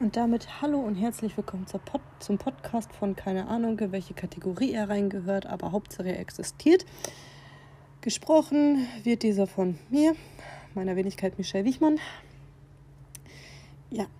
Und damit hallo und herzlich willkommen zum Podcast von keine Ahnung, welche Kategorie er reingehört, aber Hauptsache er existiert. Gesprochen wird dieser von mir, meiner Wenigkeit Michelle Wichmann. Ja,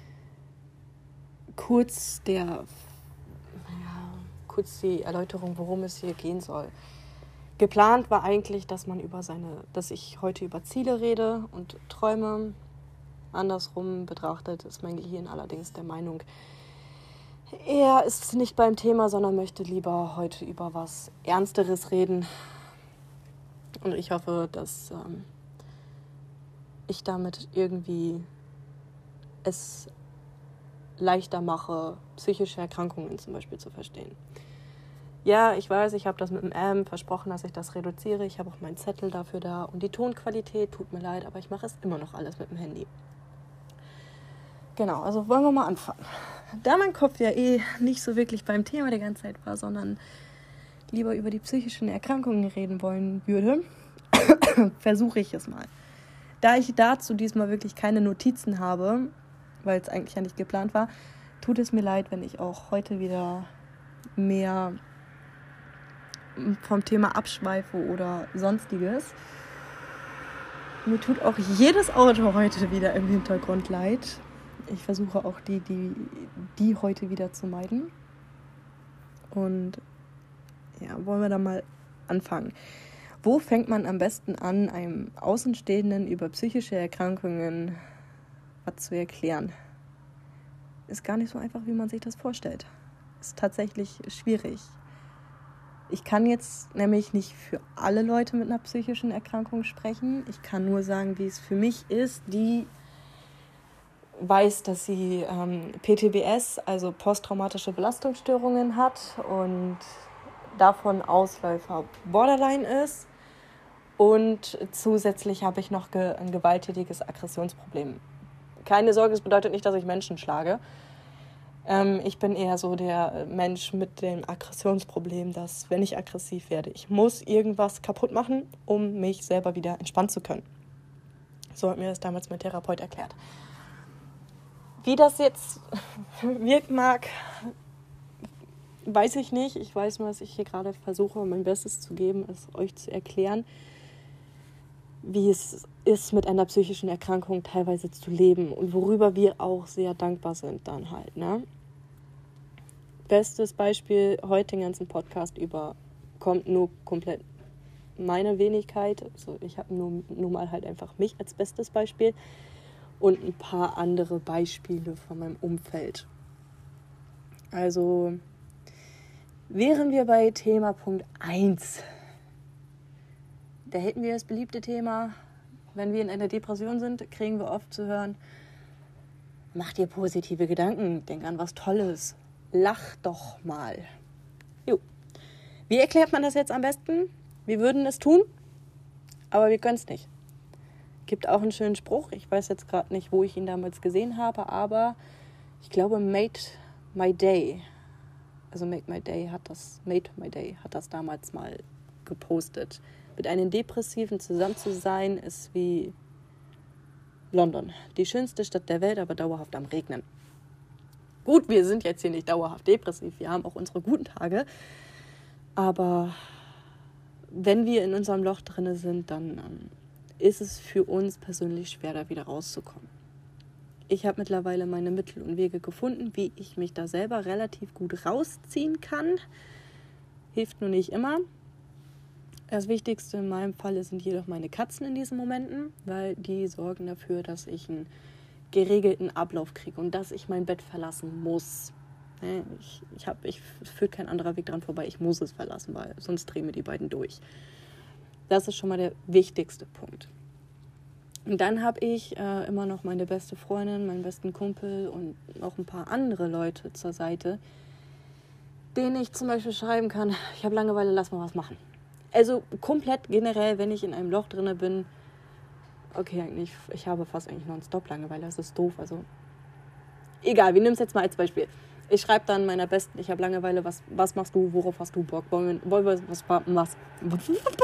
kurz die Erläuterung, worum es hier gehen soll. Geplant war eigentlich, dass ich heute über Ziele rede und Träume. Andersrum betrachtet ist mein Gehirn allerdings der Meinung, er ist nicht beim Thema, sondern möchte lieber heute über was Ernsteres reden. Und ich hoffe, dass ich damit irgendwie es leichter mache, psychische Erkrankungen zum Beispiel zu verstehen. Ja, ich weiß, ich habe das mit dem versprochen, dass ich das reduziere. Ich habe auch meinen Zettel dafür da. Und die Tonqualität, tut mir leid, aber ich mache es immer noch alles mit dem Handy. Genau, also wollen wir mal anfangen. Da mein Kopf ja nicht so wirklich beim Thema die ganze Zeit war, sondern lieber über die psychischen Erkrankungen reden wollen würde, versuche ich es mal. Da ich dazu diesmal wirklich keine Notizen habe, weil es eigentlich ja nicht geplant war, tut es mir leid, wenn ich auch heute wieder mehr vom Thema abschweife oder sonstiges. Mir tut auch jedes Auto heute wieder im Hintergrund leid. Ich versuche auch die heute wieder zu meiden. Und ja, wollen wir da mal anfangen. Wo fängt man am besten an, einem Außenstehenden über psychische Erkrankungen was zu erklären? Ist gar nicht so einfach, wie man sich das vorstellt. Ist tatsächlich schwierig. Ich kann jetzt nämlich nicht für alle Leute mit einer psychischen Erkrankung sprechen. Ich kann nur sagen, wie es für mich ist, die weiß, dass sie PTBS, also posttraumatische Belastungsstörungen hat und davon Ausläufer Borderline ist. Und zusätzlich habe ich noch ein gewalttätiges Aggressionsproblem. Keine Sorge, es bedeutet nicht, dass ich Menschen schlage. Ich bin eher so der Mensch mit dem Aggressionsproblem, dass, wenn ich aggressiv werde, ich muss irgendwas kaputt machen, um mich selber wieder entspannen zu können. So hat mir das damals mein Therapeut erklärt. Wie das jetzt wirken mag, weiß ich nicht. Ich weiß nur, dass ich hier gerade versuche, mein Bestes zu geben, es euch zu erklären, wie es ist, mit einer psychischen Erkrankung teilweise zu leben und worüber wir auch sehr dankbar sind dann halt, ne? Bestes Beispiel, heute den ganzen Podcast über, kommt nur komplett meine Wenigkeit. Also ich habe nur mal halt einfach mich als bestes Beispiel. Und ein paar andere Beispiele von meinem Umfeld. Also wären wir bei Thema Punkt 1. Da hätten wir das beliebte Thema, wenn wir in einer Depression sind, kriegen wir oft zu hören, mach dir positive Gedanken, denk an was Tolles, lach doch mal. Jo. Wie erklärt man das jetzt am besten? Wir würden es tun, aber wir können es nicht. Gibt auch einen schönen Spruch, ich weiß jetzt gerade nicht, wo ich ihn damals gesehen habe, aber ich glaube Made My Day hat das damals mal gepostet. Mit einem Depressiven zusammen zu sein, ist wie London. Die schönste Stadt der Welt, aber dauerhaft am Regnen. Gut, wir sind jetzt hier nicht dauerhaft depressiv, wir haben auch unsere guten Tage, aber wenn wir in unserem Loch drin sind, dann ist es für uns persönlich schwer, da wieder rauszukommen. Ich habe mittlerweile meine Mittel und Wege gefunden, wie ich mich da selber relativ gut rausziehen kann. Hilft nur nicht immer. Das Wichtigste in meinem Fall sind jedoch meine Katzen in diesen Momenten, weil die sorgen dafür, dass ich einen geregelten Ablauf kriege und dass ich mein Bett verlassen muss. Ich führt kein anderer Weg dran vorbei, ich muss es verlassen, weil sonst drehen mir die beiden durch. Das ist schon mal der wichtigste Punkt. Und dann habe ich immer noch meine beste Freundin, meinen besten Kumpel und noch ein paar andere Leute zur Seite, denen ich zum Beispiel schreiben kann, ich habe Langeweile, lass mal was machen. Also komplett generell, wenn ich in einem Loch drinne bin, okay, eigentlich, ich habe fast eigentlich nonstop Langeweile, das ist doof, also egal, wir nehmen es jetzt mal als Beispiel. Ich schreibe dann meiner Besten, ich habe Langeweile, was machst du, worauf hast du Bock? Wollen wir was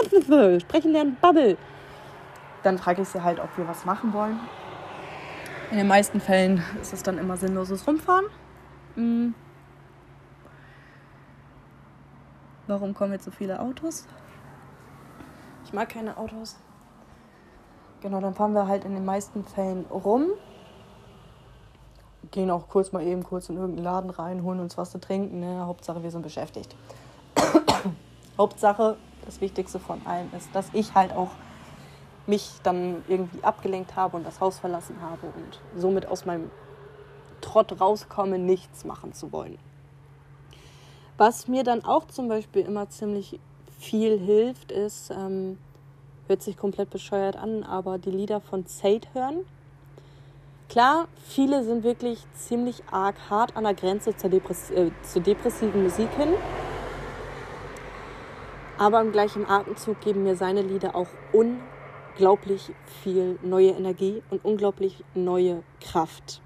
sprechen lernen, Bubble. Dann frage ich sie halt, ob wir was machen wollen. In den meisten Fällen ist es dann immer sinnloses Rumfahren. Warum kommen jetzt so viele Autos? Ich mag keine Autos. Genau, dann fahren wir halt in den meisten Fällen rum. Gehen auch kurz in irgendeinen Laden rein, holen uns was zu trinken. Ne? Hauptsache, wir sind beschäftigt. Hauptsache, das Wichtigste von allem ist, dass ich halt auch mich dann irgendwie abgelenkt habe und das Haus verlassen habe und somit aus meinem Trott rauskomme, nichts machen zu wollen. Was mir dann auch zum Beispiel immer ziemlich viel hilft, ist, hört sich komplett bescheuert an, aber die Lieder von Sade hören. Klar, viele sind wirklich ziemlich arg hart an der Grenze zur depressiven Musik hin. Aber im gleichen Atemzug geben mir seine Lieder auch unglaublich viel neue Energie und unglaublich neue Kraft.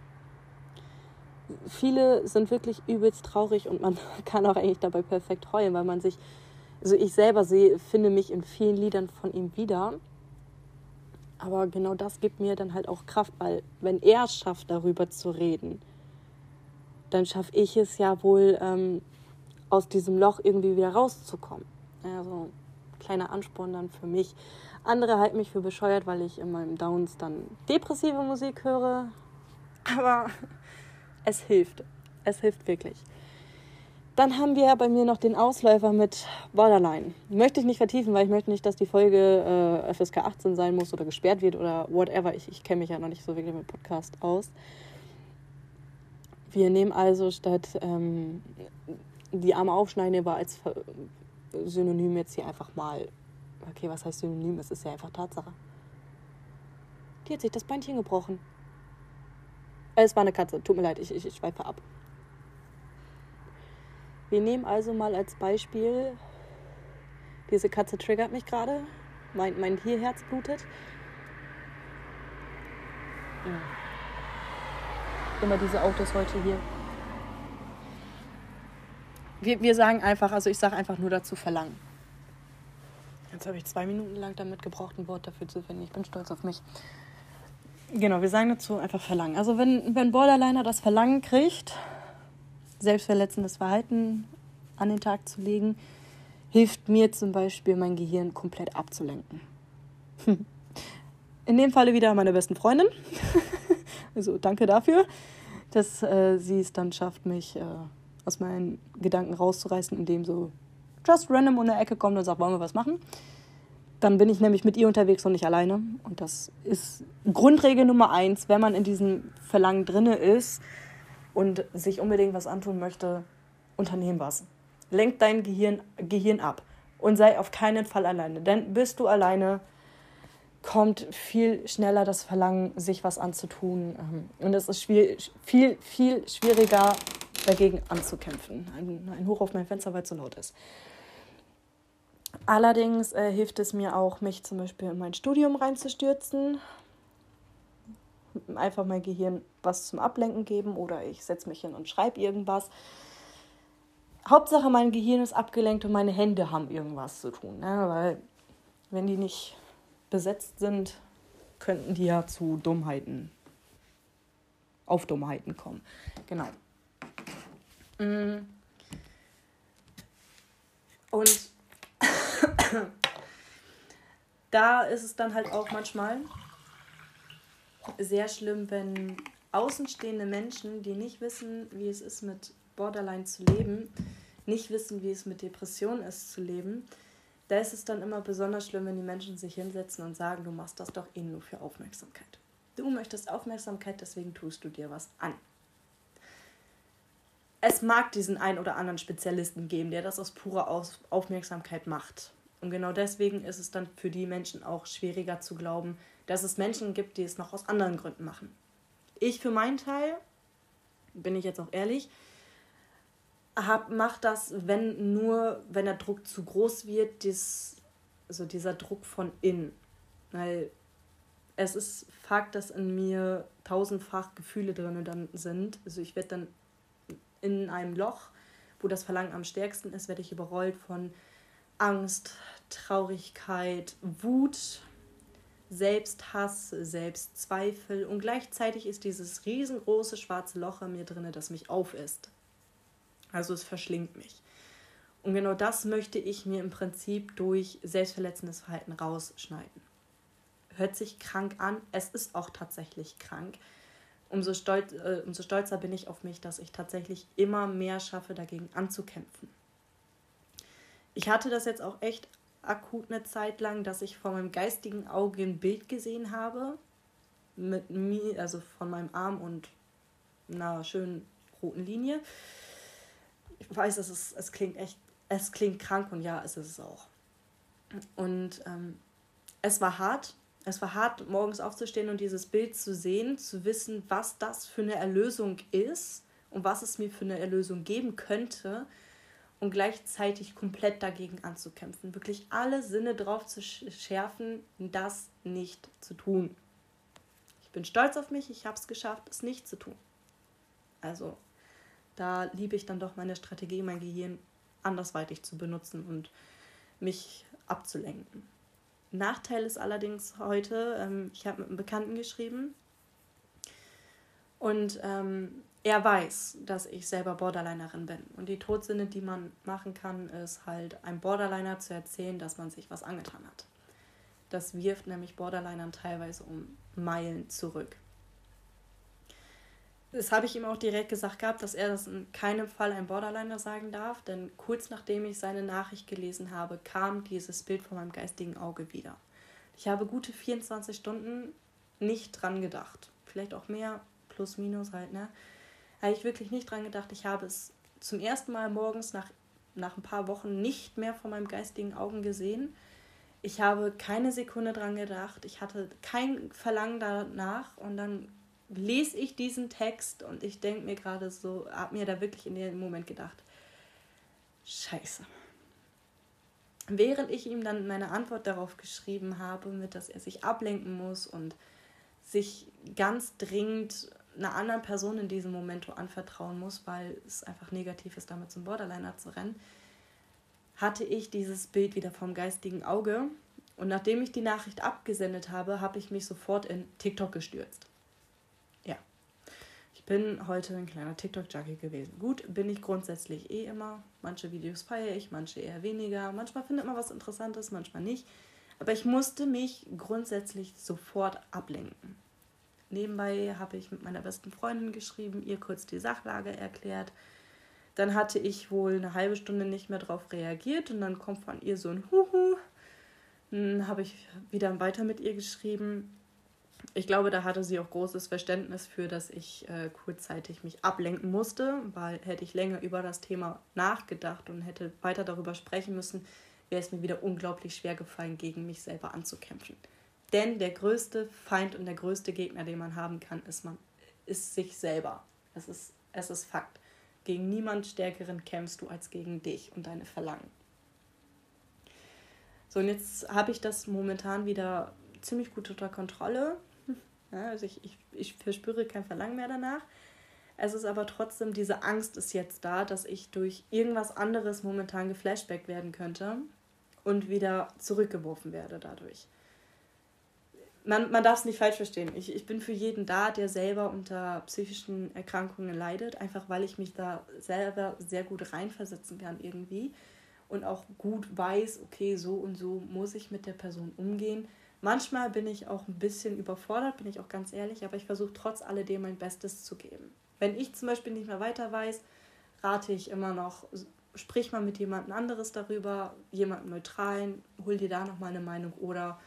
Viele sind wirklich übelst traurig und man kann auch eigentlich dabei perfekt heulen, weil man sich, also ich selber finde mich in vielen Liedern von ihm wieder. Aber genau das gibt mir dann halt auch Kraft, weil wenn er es schafft, darüber zu reden, dann schaffe ich es ja wohl, aus diesem Loch irgendwie wieder rauszukommen. Also kleiner Ansporn dann für mich. Andere halten mich für bescheuert, weil ich in meinem Downs dann depressive Musik höre. Aber es hilft. Es hilft wirklich. Dann haben wir bei mir noch den Ausläufer mit Borderline. Möchte ich nicht vertiefen, weil ich möchte nicht, dass die Folge FSK 18 sein muss oder gesperrt wird oder whatever. Ich kenne mich ja noch nicht so wirklich mit Podcast aus. Wir nehmen also statt die Arme aufschneiden, war als Synonym jetzt hier einfach mal. Okay, was heißt Synonym? Es ist ja einfach Tatsache. Die hat sich das Beinchen gebrochen. Es war eine Katze, tut mir leid, ich schweife ab. Wir nehmen also mal als Beispiel, diese Katze triggert mich gerade, mein Herz blutet. Ja. Immer diese Autos heute hier. Wir sagen einfach, also ich sage einfach nur dazu verlangen. Jetzt habe ich 2 Minuten lang damit gebraucht, ein Wort dafür zu finden. Ich bin stolz auf mich. Genau, wir sagen dazu einfach verlangen. Also wenn Borderliner das Verlangen kriegt, selbstverletzendes Verhalten an den Tag zu legen, hilft mir zum Beispiel, mein Gehirn komplett abzulenken. In dem Falle wieder meine besten Freundin. Also danke dafür, dass sie es dann schafft, mich aus meinen Gedanken rauszureißen, indem so just random um eine Ecke kommt und sagt, wollen wir was machen? Dann bin ich nämlich mit ihr unterwegs und nicht alleine. Und das ist Grundregel Nummer 1, wenn man in diesem Verlangen drinne ist und sich unbedingt was antun möchte, unternehmen was. Lenk dein Gehirn ab und sei auf keinen Fall alleine. Denn bist du alleine, kommt viel schneller das Verlangen, sich was anzutun. Und es ist viel, viel schwieriger, dagegen anzukämpfen. Ein Hoch auf mein Fenster, weil es so laut ist. Allerdings hilft es mir auch, mich zum Beispiel in mein Studium reinzustürzen. Einfach mein Gehirn was zum Ablenken geben oder ich setze mich hin und schreibe irgendwas. Hauptsache mein Gehirn ist abgelenkt und meine Hände haben irgendwas zu tun. Ne? Weil wenn die nicht besetzt sind, könnten die ja zu auf Dummheiten kommen. Genau. Und da ist es dann halt auch manchmal sehr schlimm, wenn außenstehende Menschen, die nicht wissen, wie es ist, mit Borderline zu leben, nicht wissen, wie es mit Depressionen ist zu leben, da ist es dann immer besonders schlimm, wenn die Menschen sich hinsetzen und sagen, du machst das doch eh nur für Aufmerksamkeit. Du möchtest Aufmerksamkeit, deswegen tust du dir was an. Es mag diesen einen oder anderen Spezialisten geben, der das aus purer Aufmerksamkeit macht. Und genau deswegen ist es dann für die Menschen auch schwieriger zu glauben, dass es Menschen gibt, die es noch aus anderen Gründen machen. Ich für meinen Teil, bin ich jetzt auch ehrlich, mache das, wenn der Druck zu groß wird, dieser Druck von innen. Weil es ist Fakt, dass in mir 1000-fach Gefühle drin dann sind. Also ich werde dann in einem Loch, wo das Verlangen am stärksten ist, werde ich überrollt von Angst, Traurigkeit, Wut, Selbsthass, Selbstzweifel und gleichzeitig ist dieses riesengroße schwarze Loch in mir drin, das mich aufisst. Also es verschlingt mich. Und genau das möchte ich mir im Prinzip durch selbstverletzendes Verhalten rausschneiden. Hört sich krank an, es ist auch tatsächlich krank. Umso stolzer bin ich auf mich, dass ich tatsächlich immer mehr schaffe, dagegen anzukämpfen. Ich hatte das jetzt auch echt akut eine Zeit lang, dass ich vor meinem geistigen Auge ein Bild gesehen habe, mit mir, also von meinem Arm und einer schönen roten Linie. Ich weiß, es klingt krank und ja, es ist es auch. Und es war hart. Es war hart, morgens aufzustehen und dieses Bild zu sehen, zu wissen, was das für eine Erlösung ist und was es mir für eine Erlösung geben könnte und gleichzeitig komplett dagegen anzukämpfen. Wirklich alle Sinne drauf zu schärfen, das nicht zu tun. Ich bin stolz auf mich, ich habe es geschafft, es nicht zu tun. Also da liebe ich dann doch meine Strategie, mein Gehirn andersweitig zu benutzen und mich abzulenken. Nachteil ist allerdings heute, ich habe mit einem Bekannten geschrieben und er weiß, dass ich selber Borderlinerin bin. Und die Todsünde, die man machen kann, ist halt einem Borderliner zu erzählen, dass man sich was angetan hat. Das wirft nämlich Borderlinern teilweise um Meilen zurück. Das habe ich ihm auch direkt gesagt gehabt, dass er das in keinem Fall einem Borderliner sagen darf, denn kurz nachdem ich seine Nachricht gelesen habe, kam dieses Bild vor meinem geistigen Auge wieder. Ich habe gute 24 Stunden nicht dran gedacht. Vielleicht auch mehr, plus, minus halt, ne? Habe ich wirklich nicht dran gedacht. Ich habe es zum ersten Mal morgens nach ein paar Wochen nicht mehr vor meinem geistigen Augen gesehen. Ich habe keine Sekunde dran gedacht. Ich hatte kein Verlangen danach und dann lese ich diesen Text und ich denke mir gerade so, habe mir da wirklich in dem Moment gedacht, Scheiße. Während ich ihm dann meine Antwort darauf geschrieben habe, mit dass er sich ablenken muss und sich ganz dringend einer anderen Person in diesem Moment anvertrauen muss, weil es einfach negativ ist, damit zum Borderliner zu rennen, hatte ich dieses Bild wieder vom geistigen Auge und nachdem ich die Nachricht abgesendet habe, habe ich mich sofort in TikTok gestürzt. Ja, ich bin heute ein kleiner TikTok-Junkie gewesen. Gut, bin ich grundsätzlich immer. Manche Videos feiere ich, manche eher weniger. Manchmal findet man was Interessantes, manchmal nicht. Aber ich musste mich grundsätzlich sofort ablenken. Nebenbei habe ich mit meiner besten Freundin geschrieben, ihr kurz die Sachlage erklärt. Dann hatte ich wohl eine halbe Stunde nicht mehr darauf reagiert und dann kommt von ihr so ein Huhu. Dann habe ich wieder weiter mit ihr geschrieben. Ich glaube, da hatte sie auch großes Verständnis für, dass ich kurzzeitig mich ablenken musste, weil hätte ich länger über das Thema nachgedacht und hätte weiter darüber sprechen müssen, wäre es mir wieder unglaublich schwer gefallen, gegen mich selber anzukämpfen. Denn der größte Feind und der größte Gegner, den man haben kann, ist sich selber. Es ist Fakt. Gegen niemand Stärkeren kämpfst du als gegen dich und deine Verlangen. So, und jetzt habe ich das momentan wieder ziemlich gut unter Kontrolle. Ja, also ich verspüre kein Verlangen mehr danach. Es ist aber trotzdem, diese Angst ist jetzt da, dass ich durch irgendwas anderes momentan geflashbackt werden könnte und wieder zurückgeworfen werde dadurch. Man darf es nicht falsch verstehen. Ich bin für jeden da, der selber unter psychischen Erkrankungen leidet, einfach weil ich mich da selber sehr gut reinversetzen kann irgendwie und auch gut weiß, okay, so und so muss ich mit der Person umgehen. Manchmal bin ich auch ein bisschen überfordert, bin ich auch ganz ehrlich, aber ich versuche trotz alledem mein Bestes zu geben. Wenn ich zum Beispiel nicht mehr weiter weiß, rate ich immer noch, sprich mal mit jemandem anderes darüber, jemandem Neutralen, hol dir da nochmal eine Meinung oder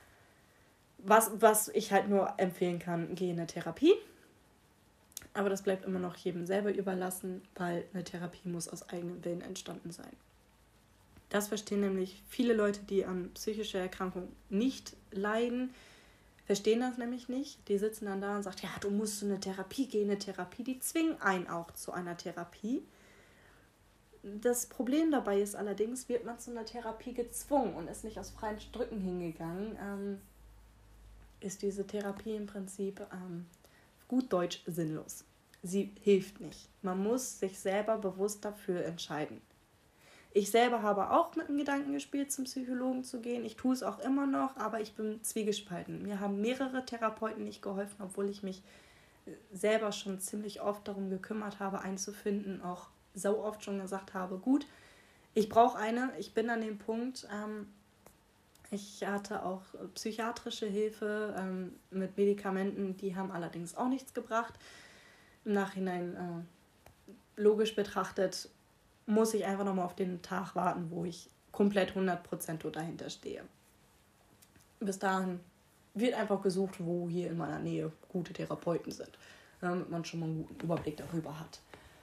was ich halt nur empfehlen kann, geh in eine Therapie. Aber das bleibt immer noch jedem selber überlassen, weil eine Therapie muss aus eigenem Willen entstanden sein. Das verstehen nämlich viele Leute, die an psychischer Erkrankung nicht leiden, verstehen das nämlich nicht. Die sitzen dann da und sagen, ja, du musst zu einer Therapie gehen, eine Therapie. Die zwingen einen auch zu einer Therapie. Das Problem dabei ist allerdings, wird man zu einer Therapie gezwungen und ist nicht aus freien Stücken hingegangen, ist diese Therapie im Prinzip gut deutsch sinnlos. Sie hilft nicht. Man muss sich selber bewusst dafür entscheiden. Ich selber habe auch mit dem Gedanken gespielt, zum Psychologen zu gehen. Ich tue es auch immer noch, aber ich bin zwiegespalten. Mir haben mehrere Therapeuten nicht geholfen, obwohl ich mich selber schon ziemlich oft darum gekümmert habe, einen zu finden. Auch so oft schon gesagt habe, gut, ich brauche eine. Ich bin an dem Punkt, ich hatte auch psychiatrische Hilfe mit Medikamenten, die haben allerdings auch nichts gebracht. Im Nachhinein logisch betrachtet muss ich einfach nochmal auf den Tag warten, wo ich komplett 100% dahinter stehe. Bis dahin wird einfach gesucht, wo hier in meiner Nähe gute Therapeuten sind, damit man schon mal einen guten Überblick darüber hat.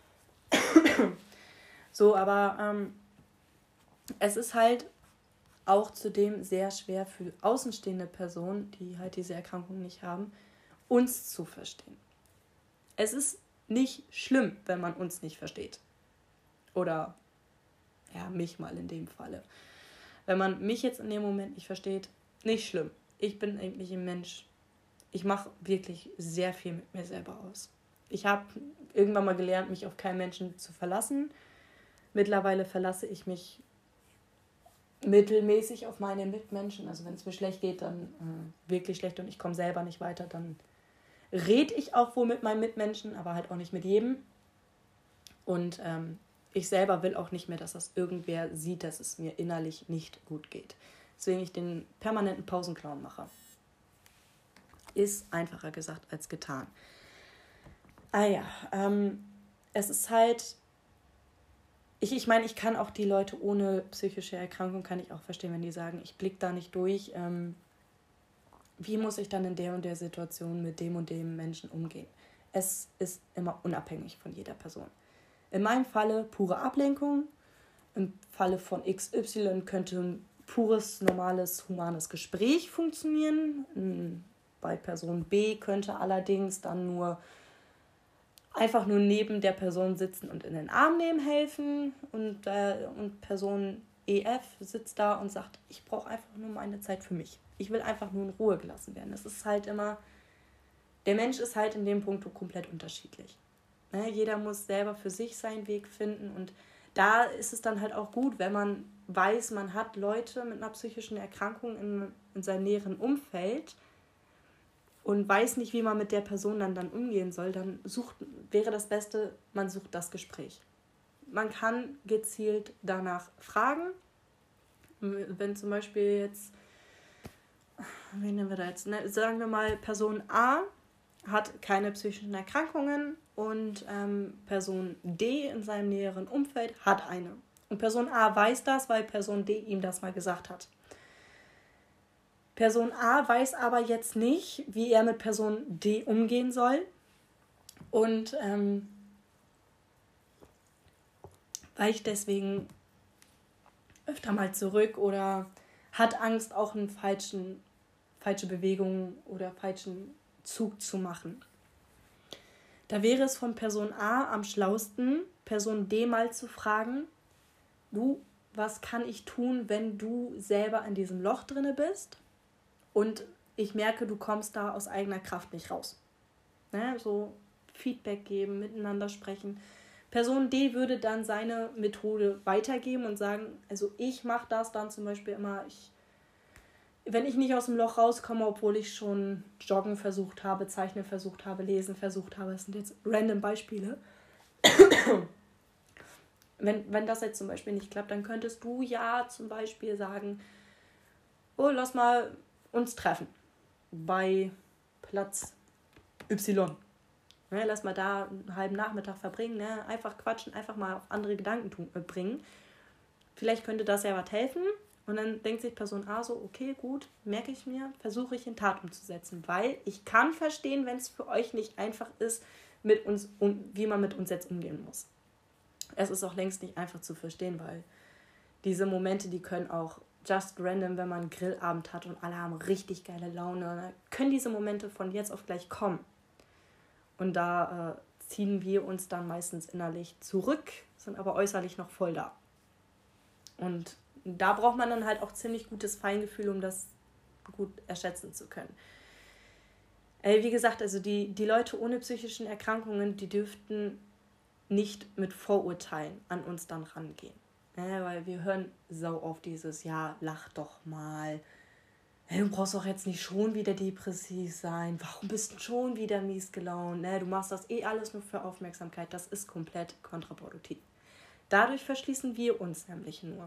So, aber es ist halt auch zudem sehr schwer für außenstehende Personen, die halt diese Erkrankung nicht haben, uns zu verstehen. Es ist nicht schlimm, wenn man uns nicht versteht. Oder, ja, mich mal in dem Falle. Wenn man mich jetzt in dem Moment nicht versteht, nicht schlimm. Ich bin eigentlich ein Mensch. Ich mache wirklich sehr viel mit mir selber aus. Ich habe irgendwann mal gelernt, mich auf keinen Menschen zu verlassen. Mittlerweile verlasse ich mich mittelmäßig auf meine Mitmenschen. Also wenn es mir schlecht geht, dann wirklich schlecht und ich komme selber nicht weiter, dann rede ich auch wohl mit meinen Mitmenschen, aber halt auch nicht mit jedem. Und ich selber will auch nicht mehr, dass das irgendwer sieht, dass es mir innerlich nicht gut geht. Deswegen ich den permanenten Pausenclown mache. Ist einfacher gesagt als getan. Es ist halt, ich meine, ich kann auch die Leute ohne psychische Erkrankung, kann ich auch verstehen, wenn die sagen, ich blicke da nicht durch. Wie muss ich dann in der und der Situation mit dem und dem Menschen umgehen? Es ist immer unabhängig von jeder Person. In meinem Falle pure Ablenkung. Im Falle von XY könnte ein pures, normales, humanes Gespräch funktionieren. Bei Person B könnte allerdings dann einfach nur neben der Person sitzen und in den Arm nehmen helfen. Und Person EF sitzt da und sagt, ich brauche einfach nur meine Zeit für mich. Ich will einfach nur in Ruhe gelassen werden. Es ist halt immer, der Mensch ist halt in dem Punkt komplett unterschiedlich. Jeder muss selber für sich seinen Weg finden und da ist es dann halt auch gut, wenn man weiß, man hat Leute mit einer psychischen Erkrankung in seinem näheren Umfeld und weiß nicht, wie man mit der Person dann umgehen soll, dann wäre das Beste, man sucht das Gespräch. Man kann gezielt danach fragen, wenn zum Beispiel jetzt, wen nehmen wir da jetzt, sagen wir mal, Person A hat keine psychischen Erkrankungen und Person D in seinem näheren Umfeld hat eine. Und Person A weiß das, weil Person D ihm das mal gesagt hat. Person A weiß aber jetzt nicht, wie er mit Person D umgehen soll und weicht deswegen öfter mal zurück oder hat Angst, auch eine falsche Bewegung oder falschen Zug zu machen. Da wäre es von Person A am schlausten, Person D mal zu fragen, du, was kann ich tun, wenn du selber in diesem Loch drinne bist und ich merke, du kommst da aus eigener Kraft nicht raus. So Feedback geben, miteinander sprechen. Person D würde dann seine Methode weitergeben und sagen, also ich mache das dann zum Beispiel immer, wenn ich nicht aus dem Loch rauskomme, obwohl ich schon Joggen versucht habe, Zeichnen versucht habe, Lesen versucht habe, das sind jetzt random Beispiele. Wenn das jetzt zum Beispiel nicht klappt, dann könntest du ja zum Beispiel sagen, oh, lass mal uns treffen bei Platz Y. Lass mal da einen halben Nachmittag verbringen, einfach quatschen, einfach mal auf andere Gedanken bringen. Vielleicht könnte das ja was helfen. Und dann denkt sich Person A so, okay, gut, merke ich mir, versuche ich in Tat umzusetzen, weil ich kann verstehen, wenn es für euch nicht einfach ist, mit uns wie man mit uns jetzt umgehen muss. Es ist auch längst nicht einfach zu verstehen, weil diese Momente, die können auch just random, wenn man einen Grillabend hat und alle haben richtig geile Laune, können diese Momente von jetzt auf gleich kommen. Und da ziehen wir uns dann meistens innerlich zurück, sind aber äußerlich noch voll da. Und da braucht man dann halt auch ziemlich gutes Feingefühl, um das gut erschätzen zu können. Wie gesagt, also die Leute ohne psychischen Erkrankungen, die dürften nicht mit Vorurteilen an uns dann rangehen. Weil wir hören so oft dieses, ja, lach doch mal. Du brauchst doch jetzt nicht schon wieder depressiv sein. Warum bist du schon wieder mies gelaunt? Du machst das alles nur für Aufmerksamkeit. Das ist komplett kontraproduktiv. Dadurch verschließen wir uns nämlich nur.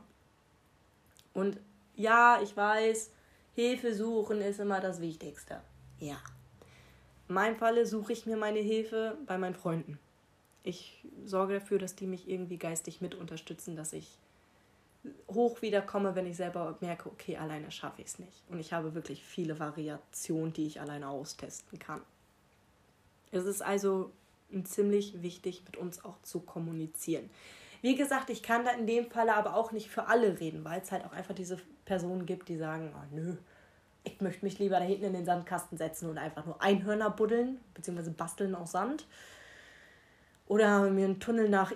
Und ja, ich weiß, Hilfe suchen ist immer das Wichtigste. Ja. In meinem Falle suche ich mir meine Hilfe bei meinen Freunden. Ich sorge dafür, dass die mich irgendwie geistig mit unterstützen, dass ich hoch wiederkomme, wenn ich selber merke, okay, alleine schaffe ich es nicht. Und ich habe wirklich viele Variationen, die ich alleine austesten kann. Es ist also ziemlich wichtig, mit uns auch zu kommunizieren. Wie gesagt, ich kann da in dem Falle aber auch nicht für alle reden, weil es halt auch einfach diese Personen gibt, die sagen, oh, nö, ich möchte mich lieber da hinten in den Sandkasten setzen und einfach nur Einhörner buddeln, beziehungsweise basteln aus Sand. Oder mir einen Tunnel nach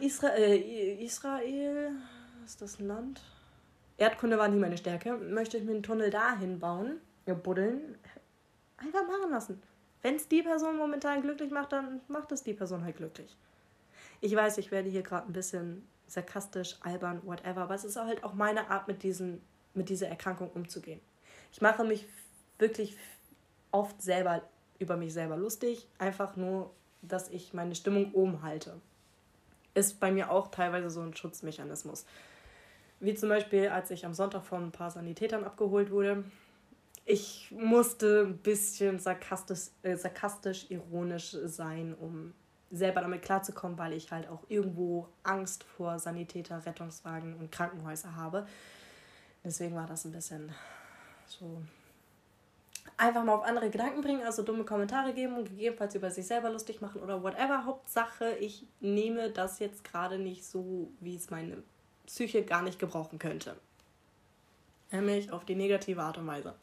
Israel, ist das ein Land? Erdkunde war nie meine Stärke. Möchte ich mir einen Tunnel dahin bauen, buddeln, einfach machen lassen. Wenn es die Person momentan glücklich macht, dann macht es die Person halt glücklich. Ich weiß, ich werde hier gerade ein bisschen sarkastisch, albern, whatever, aber es ist halt auch meine Art, mit dieser Erkrankung umzugehen. Ich mache mich wirklich oft selber über mich selber lustig, einfach nur, dass ich meine Stimmung oben halte. Ist bei mir auch teilweise so ein Schutzmechanismus. Wie zum Beispiel, als ich am Sonntag von ein paar Sanitätern abgeholt wurde. Ich musste ein bisschen sarkastisch, ironisch sein, um selber damit klarzukommen, weil ich halt auch irgendwo Angst vor Sanitäter, Rettungswagen und Krankenhäuser habe. Deswegen war das ein bisschen so einfach mal auf andere Gedanken bringen, also dumme Kommentare geben und gegebenenfalls über sich selber lustig machen oder whatever. Hauptsache, ich nehme das jetzt gerade nicht so, wie es meine Psyche gar nicht gebrauchen könnte. Nämlich auf die negative Art und Weise.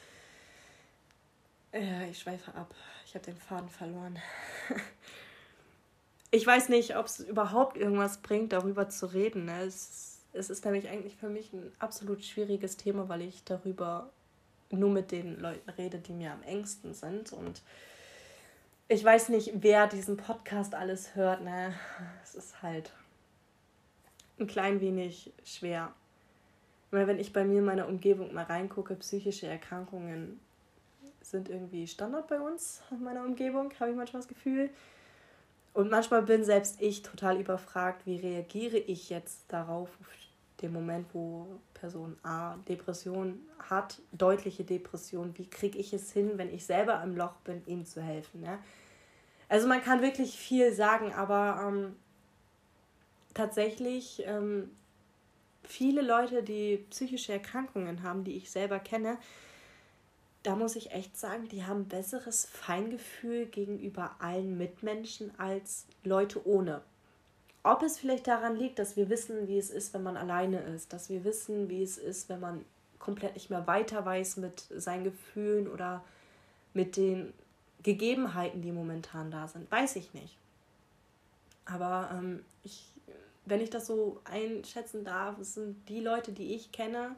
Ich schweife ab. Ich habe den Faden verloren. Ich weiß nicht, ob es überhaupt irgendwas bringt, darüber zu reden. Es ist nämlich eigentlich für mich ein absolut schwieriges Thema, weil ich darüber nur mit den Leuten rede, die mir am engsten sind. Und ich weiß nicht, wer diesen Podcast alles hört. Es ist halt ein klein wenig schwer. Weil wenn ich bei mir in meiner Umgebung mal reingucke, psychische Erkrankungen sind irgendwie Standard bei uns in meiner Umgebung, habe ich manchmal das Gefühl. Und manchmal bin selbst ich total überfragt, wie reagiere ich jetzt darauf, auf den Moment, wo Person A Depression hat, deutliche Depression, wie kriege ich es hin, wenn ich selber im Loch bin, ihm zu helfen. Ne? Also man kann wirklich viel sagen, aber tatsächlich viele Leute, die psychische Erkrankungen haben, die ich selber kenne, da muss ich echt sagen, die haben besseres Feingefühl gegenüber allen Mitmenschen als Leute ohne. Ob es vielleicht daran liegt, dass wir wissen, wie es ist, wenn man alleine ist, dass wir wissen, wie es ist, wenn man komplett nicht mehr weiter weiß mit seinen Gefühlen oder mit den Gegebenheiten, die momentan da sind, weiß ich nicht. Aber wenn ich das so einschätzen darf, es sind die Leute, die ich kenne,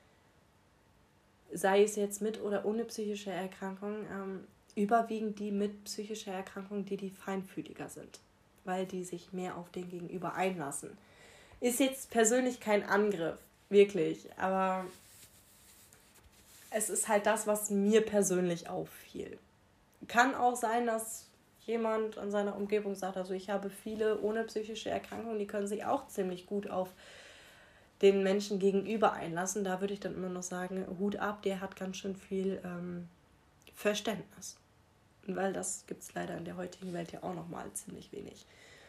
sei es jetzt mit oder ohne psychische Erkrankung, überwiegend die mit psychischer Erkrankung, die feinfühliger sind, weil die sich mehr auf den Gegenüber einlassen. Ist jetzt persönlich kein Angriff, wirklich, aber es ist halt das, was mir persönlich auffiel. Kann auch sein, dass jemand in seiner Umgebung sagt, also ich habe viele ohne psychische Erkrankungen, die können sich auch ziemlich gut auf den Menschen gegenüber einlassen. Da würde ich dann immer noch sagen, Hut ab, der hat ganz schön viel Verständnis. Weil das gibt es leider in der heutigen Welt ja auch nochmal ziemlich wenig.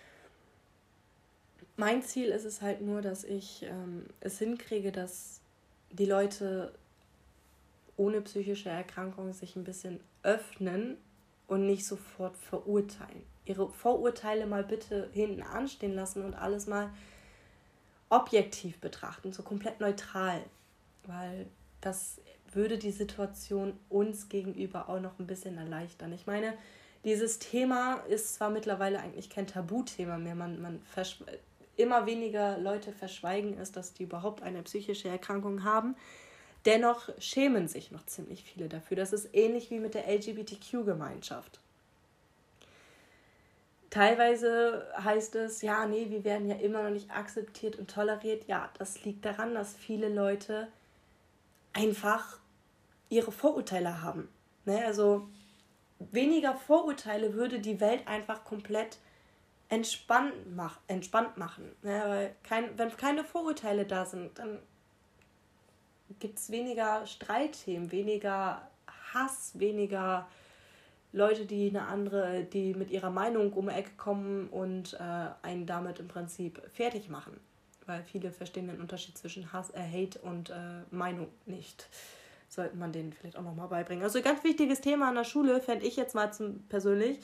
Mein Ziel ist es halt nur, dass ich es hinkriege, dass die Leute ohne psychische Erkrankung sich ein bisschen öffnen und nicht sofort verurteilen. Ihre Vorurteile mal bitte hinten anstehen lassen und alles mal objektiv betrachten, so komplett neutral, weil das würde die Situation uns gegenüber auch noch ein bisschen erleichtern. Ich meine, dieses Thema ist zwar mittlerweile eigentlich kein Tabuthema mehr, immer weniger Leute verschweigen es, dass die überhaupt eine psychische Erkrankung haben, dennoch schämen sich noch ziemlich viele dafür. Das ist ähnlich wie mit der LGBTQ-Gemeinschaft. teilweise heißt es, ja, nee, wir werden ja immer noch nicht akzeptiert und toleriert. Ja, das liegt daran, dass viele Leute einfach ihre Vorurteile haben. Ne? Also weniger Vorurteile würde die Welt einfach komplett entspannt machen. Ne? Weil wenn keine Vorurteile da sind, dann gibt es weniger Streitthemen, weniger Hass, weniger Leute, die mit ihrer Meinung um die Ecke kommen und einen damit im Prinzip fertig machen. Weil viele verstehen den Unterschied zwischen Hate und Meinung nicht. Sollte man denen vielleicht auch nochmal beibringen. Also ein ganz wichtiges Thema an der Schule fände ich jetzt mal persönlich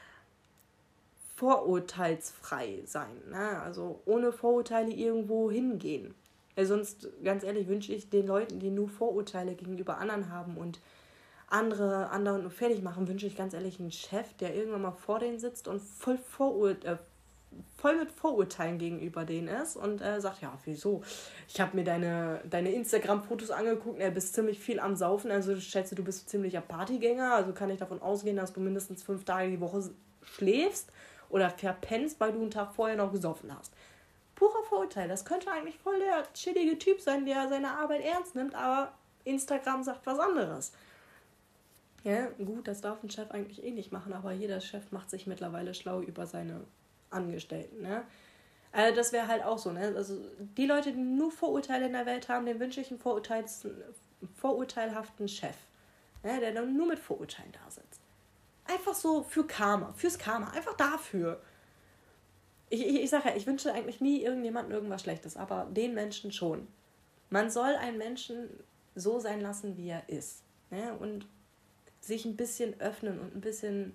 vorurteilsfrei sein. Ne? Also ohne Vorurteile irgendwo hingehen. Weil sonst, ganz ehrlich, wünsche ich den Leuten, die nur Vorurteile gegenüber anderen haben und anderen nur fertig machen, wünsche ich ganz ehrlich einen Chef, der irgendwann mal vor denen sitzt und voll mit Vorurteilen gegenüber denen ist und sagt, ja, wieso? Ich habe mir deine Instagram-Fotos angeguckt, bist ziemlich viel am Saufen, also ich schätze, du bist ziemlicher Partygänger, also kann ich davon ausgehen, dass du mindestens 5 Tage die Woche schläfst oder verpennst, weil du einen Tag vorher noch gesoffen hast. Purer Vorurteil, das könnte eigentlich voll der chillige Typ sein, der seine Arbeit ernst nimmt, aber Instagram sagt was anderes. Ja, gut, das darf ein Chef eigentlich eh nicht machen, aber jeder Chef macht sich mittlerweile schlau über seine Angestellten. Ne? Das wäre halt auch so. Ne? Also die Leute, die nur Vorurteile in der Welt haben, denen wünsche ich einen vorurteilhaften Chef, ne? Der dann nur mit Vorurteilen da sitzt. Einfach so fürs Karma, einfach dafür. Ich sage ja, ich wünsche eigentlich nie irgendjemandem irgendwas Schlechtes, aber den Menschen schon. Man soll einen Menschen so sein lassen, wie er ist. Ne? Und sich ein bisschen öffnen und ein bisschen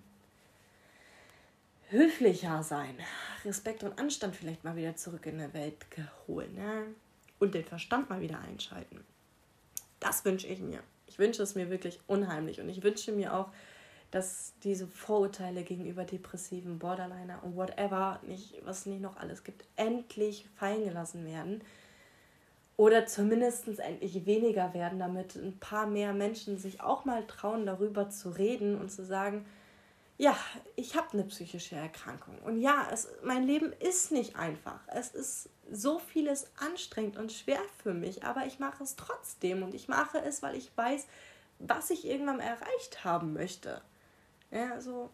höflicher sein. Respekt und Anstand vielleicht mal wieder zurück in der Welt holen. Ne? Und den Verstand mal wieder einschalten. Das wünsche ich mir. Ich wünsche es mir wirklich unheimlich. Und ich wünsche mir auch, dass diese Vorurteile gegenüber Depressiven, Borderliner und whatever, was nicht noch alles gibt, endlich fallen gelassen werden. Oder zumindest endlich weniger werden, damit ein paar mehr Menschen sich auch mal trauen, darüber zu reden und zu sagen, ja, ich habe eine psychische Erkrankung. Und ja, mein Leben ist nicht einfach. Es ist so vieles anstrengend und schwer für mich, aber ich mache es trotzdem. Und ich mache es, weil ich weiß, was ich irgendwann erreicht haben möchte. Ja, also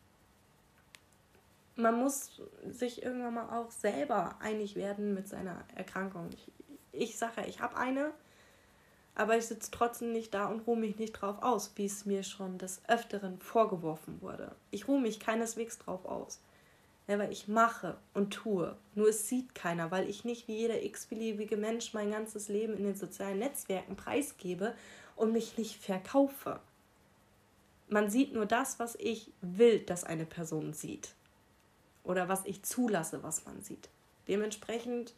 man muss sich irgendwann mal auch selber einig werden mit seiner Erkrankung. Ich sage ja, ich habe eine, aber ich sitze trotzdem nicht da und ruhe mich nicht drauf aus, wie es mir schon des Öfteren vorgeworfen wurde. Ich ruhe mich keineswegs drauf aus. Ja, weil ich mache und tue. Nur es sieht keiner, weil ich nicht wie jeder x-beliebige Mensch mein ganzes Leben in den sozialen Netzwerken preisgebe und mich nicht verkaufe. Man sieht nur das, was ich will, dass eine Person sieht. Oder was ich zulasse, was man sieht. Dementsprechend,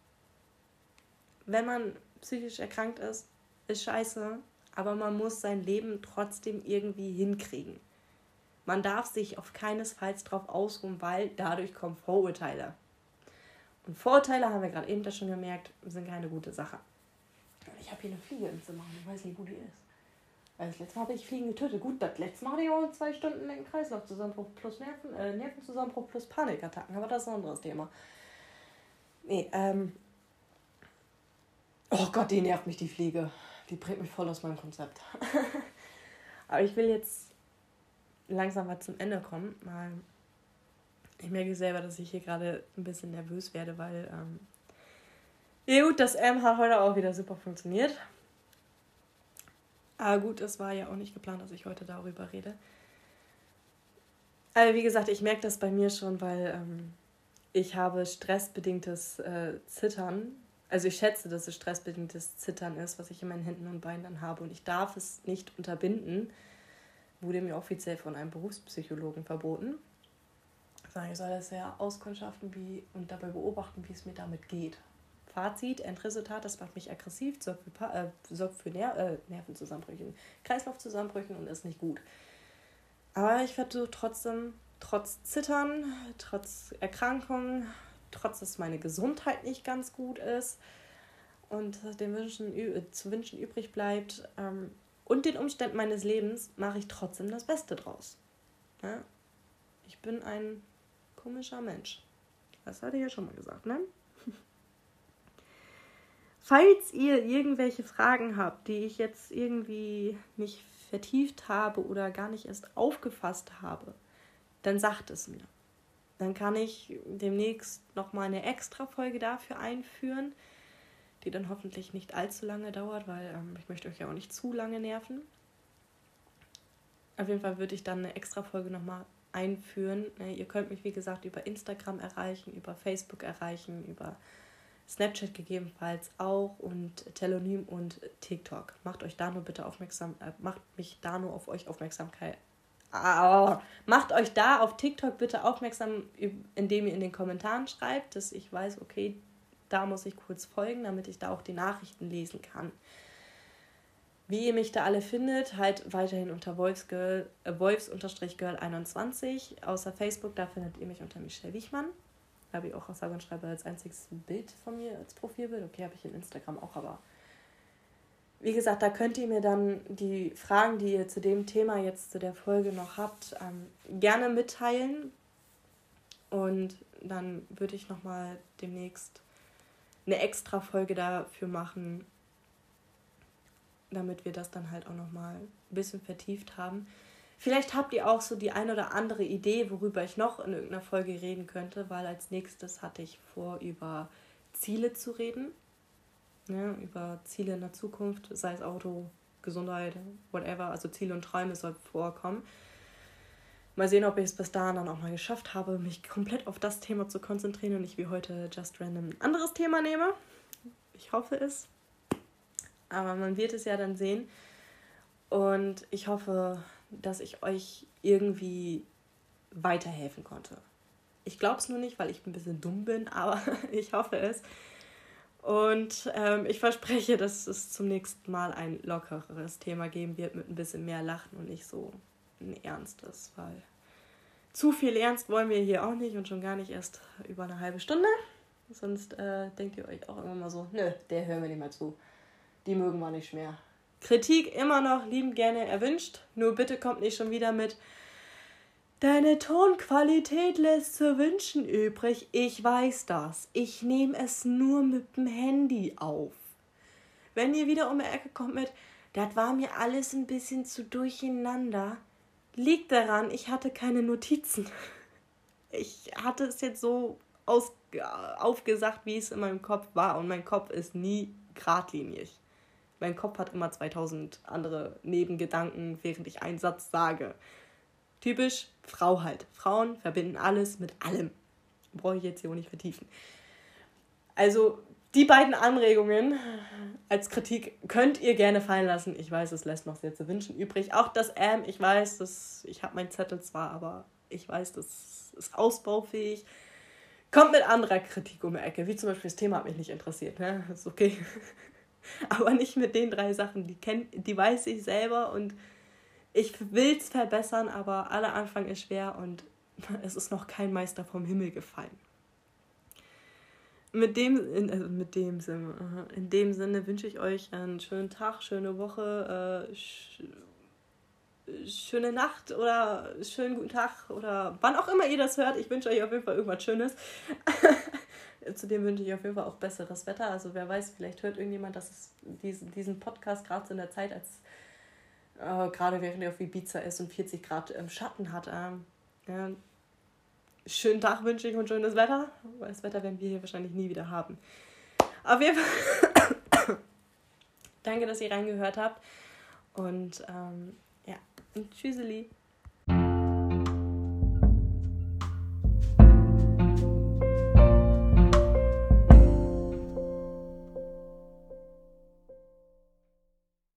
wenn man psychisch erkrankt ist scheiße, aber man muss sein Leben trotzdem irgendwie hinkriegen. Man darf sich auf keinesfalls drauf ausruhen, weil dadurch kommen Vorurteile. Und Vorurteile, haben wir gerade eben das schon gemerkt, sind keine gute Sache. Ich habe hier eine Fliege im Zimmer und ich weiß nicht, wo die ist. Weil das letzte Mal habe ich Fliegen getötet. Gut, das letzte Mal hatte ich auch 2 Stunden den Kreislaufzusammenbruch plus Nervenzusammenbruch plus Panikattacken. Aber das ist ein anderes Thema. Nee, oh Gott, die nervt mich, die Fliege. Die bringt mich voll aus meinem Konzept. Aber ich will jetzt langsam mal zum Ende kommen, weil ich merke selber, dass ich hier gerade ein bisschen nervös werde, weil ja gut, das hat heute auch wieder super funktioniert. Aber gut, es war ja auch nicht geplant, dass ich heute darüber rede. Aber wie gesagt, ich merke das bei mir schon, weil ich habe stressbedingtes Zittern. Also ich schätze, dass es stressbedingtes Zittern ist, was ich in meinen Händen und Beinen dann habe. Und ich darf es nicht unterbinden. Wurde mir offiziell von einem Berufspsychologen verboten. Ich soll das ja auskundschaften und dabei beobachten, wie es mir damit geht. Fazit, Endresultat, das macht mich aggressiv, sorgt für Nervenzusammenbrüchen, Kreislaufzusammenbrüchen und ist nicht gut. Aber ich versuche trotzdem, trotz Zittern, trotz Erkrankung, trotz dass meine Gesundheit nicht ganz gut ist und zu wünschen übrig bleibt und den Umständen meines Lebens, mache ich trotzdem das Beste draus. Ja? Ich bin ein komischer Mensch. Das hatte ich ja schon mal gesagt, ne? Falls ihr irgendwelche Fragen habt, die ich jetzt irgendwie nicht vertieft habe oder gar nicht erst aufgefasst habe, dann sagt es mir. Dann kann ich demnächst nochmal eine Extra-Folge dafür einführen, die dann hoffentlich nicht allzu lange dauert, weil ich möchte euch ja auch nicht zu lange nerven. Auf jeden Fall würde ich dann eine Extra-Folge nochmal einführen. Ihr könnt mich, wie gesagt, über Instagram erreichen, über Facebook erreichen, über Snapchat gegebenenfalls auch und Telonym und TikTok. Macht mich da nur auf euch Aufmerksamkeit. Macht euch da auf TikTok bitte aufmerksam, indem ihr in den Kommentaren schreibt, dass ich weiß, okay, da muss ich kurz folgen, damit ich da auch die Nachrichten lesen kann. Wie ihr mich da alle findet, halt weiterhin unter Wolfs_Girl21. Außer Facebook, da findet ihr mich unter Michelle Wichmann. Da habe ich auch sage und schreibe als einziges Bild von mir als Profilbild. Okay, habe ich in Instagram auch, aber wie gesagt, da könnt ihr mir dann die Fragen, die ihr zu dem Thema jetzt zu der Folge noch habt, gerne mitteilen. Und dann würde ich nochmal demnächst eine extra Folge dafür machen, damit wir das dann halt auch nochmal ein bisschen vertieft haben. Vielleicht habt ihr auch so die ein oder andere Idee, worüber ich noch in irgendeiner Folge reden könnte, weil als nächstes hatte ich vor, über Ziele zu reden. Ja, über Ziele in der Zukunft, sei es Auto, Gesundheit, whatever, also Ziele und Träume soll vorkommen. Mal sehen, ob ich es bis dahin dann auch mal geschafft habe, mich komplett auf das Thema zu konzentrieren und nicht wie heute just random ein anderes Thema nehme. Ich hoffe es. Aber man wird es ja dann sehen. Und ich hoffe, dass ich euch irgendwie weiterhelfen konnte. Ich glaube es nur nicht, weil ich ein bisschen dumm bin, aber ich hoffe es. Und ich verspreche, dass es zum nächsten Mal ein lockeres Thema geben wird mit ein bisschen mehr Lachen und nicht so ein ernstes, weil zu viel Ernst wollen wir hier auch nicht und schon gar nicht erst über eine halbe Stunde. Sonst denkt ihr euch auch immer mal so, nö, der hören wir nicht mehr zu. Die mögen wir nicht mehr. Kritik immer noch liebend gerne erwünscht, nur bitte kommt nicht schon wieder mit deine Tonqualität lässt zu wünschen übrig. Ich weiß das. Ich nehme es nur mit dem Handy auf. Wenn ihr wieder um die Ecke kommt mit, das war mir alles ein bisschen zu durcheinander, liegt daran, ich hatte keine Notizen. Ich hatte es jetzt so aufgesagt, wie es in meinem Kopf war. Und mein Kopf ist nie geradlinig. Mein Kopf hat immer 2000 andere Nebengedanken, während ich einen Satz sage. Typisch Frau halt. Frauen verbinden alles mit allem. Brauche ich jetzt hier auch nicht vertiefen. Also die beiden Anregungen als Kritik könnt ihr gerne fallen lassen. Ich weiß, es lässt noch sehr zu wünschen übrig. Auch das ich weiß, ich habe meinen Zettel zwar, aber ich weiß, das ist ausbaufähig. Kommt mit anderer Kritik um die Ecke. Wie zum Beispiel, das Thema hat mich nicht interessiert. Ne? Ist okay. Aber nicht mit den 3 Sachen. Die weiß ich selber und ich will es verbessern, aber aller Anfang ist schwer und es ist noch kein Meister vom Himmel gefallen. In dem Sinne wünsche ich euch einen schönen Tag, schöne Woche, schöne Nacht oder schönen guten Tag oder wann auch immer ihr das hört. Ich wünsche euch auf jeden Fall irgendwas Schönes. Zudem wünsche ich auf jeden Fall auch besseres Wetter. Also wer weiß, vielleicht hört irgendjemand, dass es diesen Podcast gerade so in der Zeit, als gerade während er auf Ibiza ist und 40 Grad im Schatten hat. Ja, schönen Tag wünsche ich und schönes Wetter. Weil das Wetter werden wir hier wahrscheinlich nie wieder haben. Auf jeden Fall danke, dass ihr reingehört habt. Und ja, und tschüsseli.